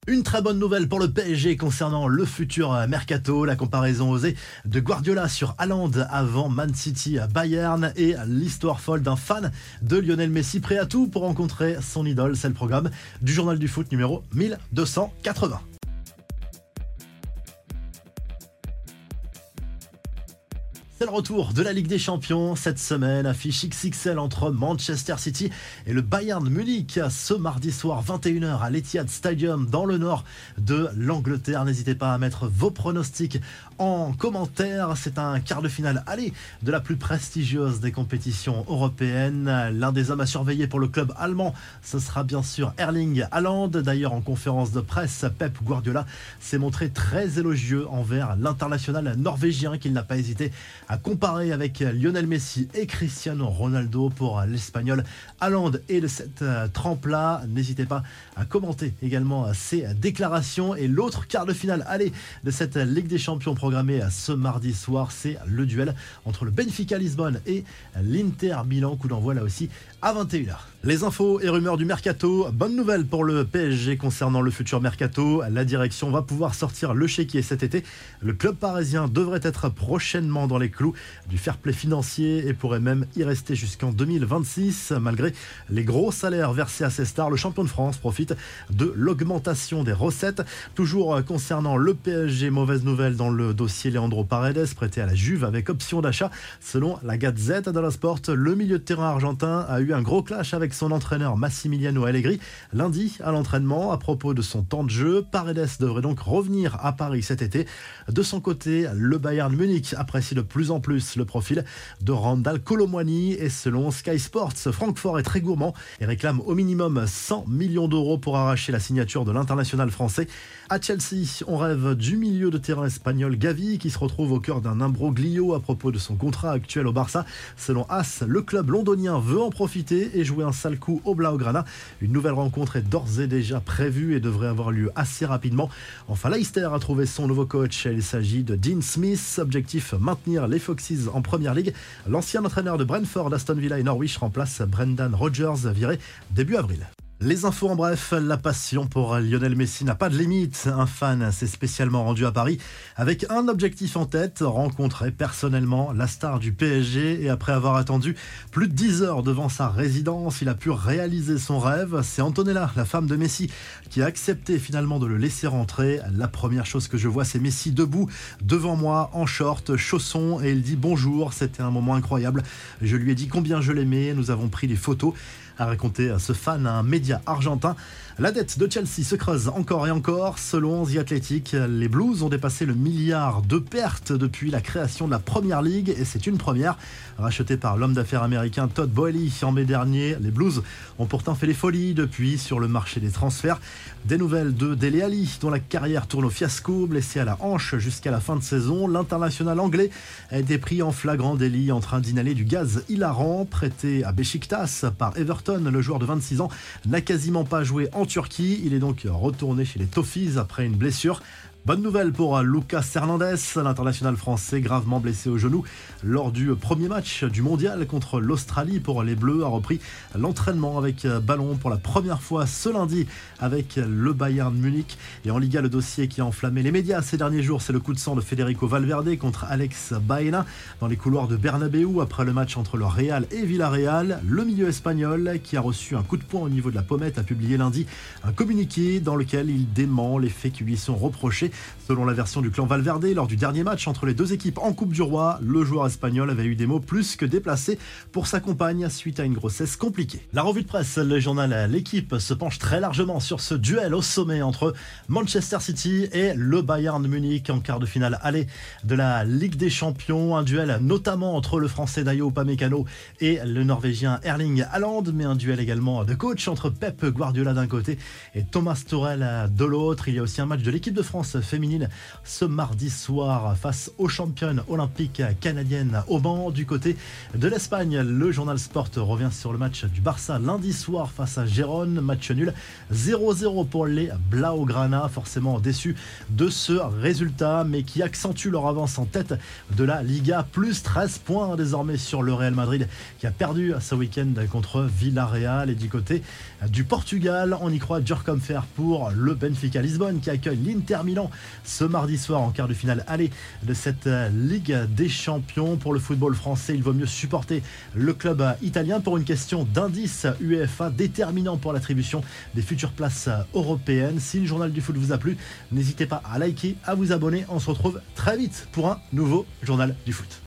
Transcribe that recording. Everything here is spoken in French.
Une très bonne nouvelle pour le PSG concernant le futur mercato, la comparaison osée de Guardiola sur Haaland avant Man City à Bayern et l'histoire folle d'un fan de Lionel Messi prêt à tout pour rencontrer son idole. C'est le programme du Journal du Foot numéro 1280. C'est le retour de la Ligue des Champions cette semaine, affiche XXL entre Manchester City et le Bayern Munich ce mardi soir 21h à l'Etihad Stadium dans le nord de l'Angleterre. N'hésitez pas à mettre vos pronostics en commentaire. C'est un quart de finale aller de la plus prestigieuse des compétitions européennes. L'un des hommes à surveiller pour le club allemand, ce sera bien sûr Erling Haaland. D'ailleurs, en conférence de presse, Pep Guardiola s'est montré très élogieux envers l'international norvégien qu'il n'a pas hésité à comparer avec Lionel Messi et Cristiano Ronaldo. Pour l'Espagnol, Haaland est de cette trempe-là. N'hésitez pas à commenter également ces déclarations. Et l'autre quart de finale aller de cette Ligue des Champions programmée ce mardi soir, c'est le duel entre le Benfica Lisbonne et l'Inter Milan. Coup d'envoi là aussi à 21h. Les infos et rumeurs du mercato. Bonne nouvelle pour le PSG concernant le futur mercato. La direction va pouvoir sortir le chéquier cet été. Le club parisien devrait être prochainement dans les clous du fair play financier et pourrait même y rester jusqu'en 2026. Malgré les gros salaires versés à ses stars, le champion de France profite de l'augmentation des recettes. Toujours concernant le PSG, mauvaise nouvelle dans le dossier Leandro Paredes, prêté à la Juve avec option d'achat. Selon la Gazette dello Sport, le milieu de terrain argentin a eu un gros clash avec son entraîneur Massimiliano Allegri lundi à l'entraînement à propos de son temps de jeu. Paredes devrait donc revenir à Paris cet été. De son côté, le Bayern Munich apprécie de plus en plus le profil de Randal Kolo Muani et selon Sky Sports, Francfort est très gourmand et réclame au minimum 100 millions d'euros pour arracher la signature de l'international français. À Chelsea, on rêve du milieu de terrain espagnol Gavi qui se retrouve au cœur d'un imbroglio à propos de son contrat actuel au Barça. Selon AS, le club londonien veut en profiter et jouer un sale coup au Blaugrana. Une nouvelle rencontre est d'ores et déjà prévue et devrait avoir lieu assez rapidement. Enfin, Leicester a trouvé son nouveau coach. Il s'agit de Dean Smith. Objectif, maintenir les Foxes en Première Ligue. L'ancien entraîneur de Brentford, Aston Villa et Norwich remplace Brendan Rodgers, viré début avril. Les infos en bref, la passion pour Lionel Messi n'a pas de limite. Un fan s'est spécialement rendu à Paris avec un objectif en tête, rencontrer personnellement la star du PSG. Et après avoir attendu plus de 10 heures devant sa résidence, il a pu réaliser son rêve. C'est Antonella, la femme de Messi, qui a accepté finalement de le laisser rentrer. La première chose que je vois, c'est Messi debout devant moi en short, chaussons, et il dit bonjour. C'était un moment incroyable. Je lui ai dit combien je l'aimais. Nous avons pris des photos, a raconté ce fan à un média argentin. La dette de Chelsea se creuse encore et encore. Selon The Athletic, les Blues ont dépassé le milliard de pertes depuis la création de la Première Ligue et c'est une première. Racheté par l'homme d'affaires américain Todd Boehly en mai dernier, les Blues ont pourtant fait les folies depuis sur le marché des transferts. Des nouvelles de Dele Alli, dont la carrière tourne au fiasco, blessé à la hanche jusqu'à la fin de saison. L'international anglais a été pris en flagrant délit en train d'inhaler du gaz hilarant. Prêté à Beşiktaş par Everton, le joueur de 26 ans n'a quasiment pas joué en Turquie. Il est donc retourné chez les Toffees après une blessure. Bonne nouvelle pour Lucas Hernandez, l'international français gravement blessé au genou lors du premier match du mondial contre l'Australie pour les Bleus, a repris l'entraînement avec ballon pour la première fois ce lundi avec le Bayern Munich. Et en Liga, le dossier qui a enflammé les médias ces derniers jours, c'est le coup de sang de Federico Valverde contre Alex Baena dans les couloirs de Bernabéu après le match entre le Real et Villarreal. Le milieu espagnol qui a reçu un coup de poing au niveau de la pommette a publié lundi un communiqué dans lequel il dément les faits qui lui sont reprochés. Selon la version du clan Valverde, lors du dernier match entre les deux équipes en Coupe du Roi, le joueur espagnol avait eu des mots plus que déplacés pour sa compagne suite à une grossesse compliquée. La revue de presse, le journal L'Équipe se penche très largement sur ce duel au sommet entre Manchester City et le Bayern Munich en quart de finale aller de la Ligue des Champions. Un duel notamment entre le français Dayo Upamecano et le norvégien Erling Haaland, mais un duel également de coach entre Pep Guardiola d'un côté et Thomas Tuchel de l'autre. Il y a aussi un match de l'équipe de France féminine ce mardi soir face aux championnes olympiques canadiennes au Mans. Du côté de l'Espagne, le journal Sport revient sur le match du Barça lundi soir face à Gérone. Match nul 0-0 pour les Blaugrana, forcément déçus de ce résultat, mais qui accentue leur avance en tête de la Liga. Plus 13 points désormais sur le Real Madrid qui a perdu ce week-end contre Villarreal. Et du côté du Portugal, on y croit dur comme fer pour le Benfica Lisbonne qui accueille l'Inter Milan ce mardi soir en quart de finale aller de cette Ligue des Champions. Pour le football français, il vaut mieux supporter le club italien pour une question d'indice UEFA déterminant pour l'attribution des futures places européennes. Si le journal du foot vous a plu, n'hésitez pas à liker, à vous abonner. On se retrouve très vite pour un nouveau journal du foot.